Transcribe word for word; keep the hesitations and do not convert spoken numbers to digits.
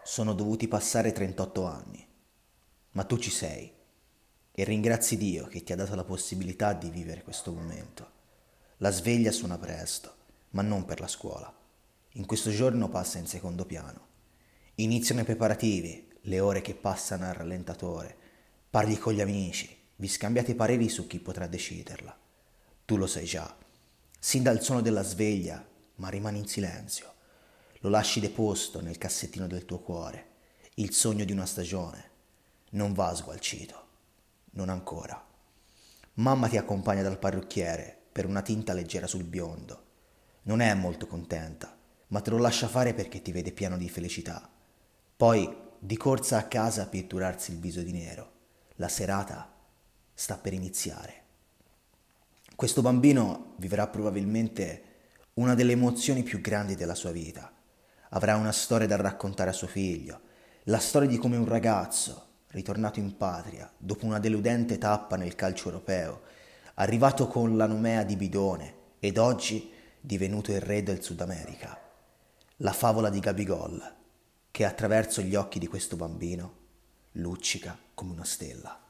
Sono dovuti passare trentotto anni, ma tu ci sei e ringrazi Dio che ti ha dato la possibilità di vivere questo momento. La sveglia suona presto, ma non per la scuola. In questo giorno passa in secondo piano. Iniziano i preparativi, le ore che passano al rallentatore. Parli con gli amici, vi scambiate i pareri su chi potrà deciderla. Tu lo sai già. Sin dal suono della sveglia, ma rimani in silenzio. Lo lasci deposto nel cassettino del tuo cuore. Il sogno di una stagione non va sgualcito. Non ancora. Mamma ti accompagna dal parrucchiere per una tinta leggera sul biondo. Non è molto contenta, ma te lo lascia fare perché ti vede pieno di felicità. Poi di corsa a casa a pitturarsi il viso di nero. La serata sta per iniziare. Questo bambino vivrà probabilmente una delle emozioni più grandi della sua vita. Avrà una storia da raccontare a suo figlio, la storia di come un ragazzo, ritornato in patria, dopo una deludente tappa nel calcio europeo, arrivato con la nomea di bidone ed oggi divenuto il re del Sud America. La favola di Gabigol, che attraverso gli occhi di questo bambino luccica come una stella.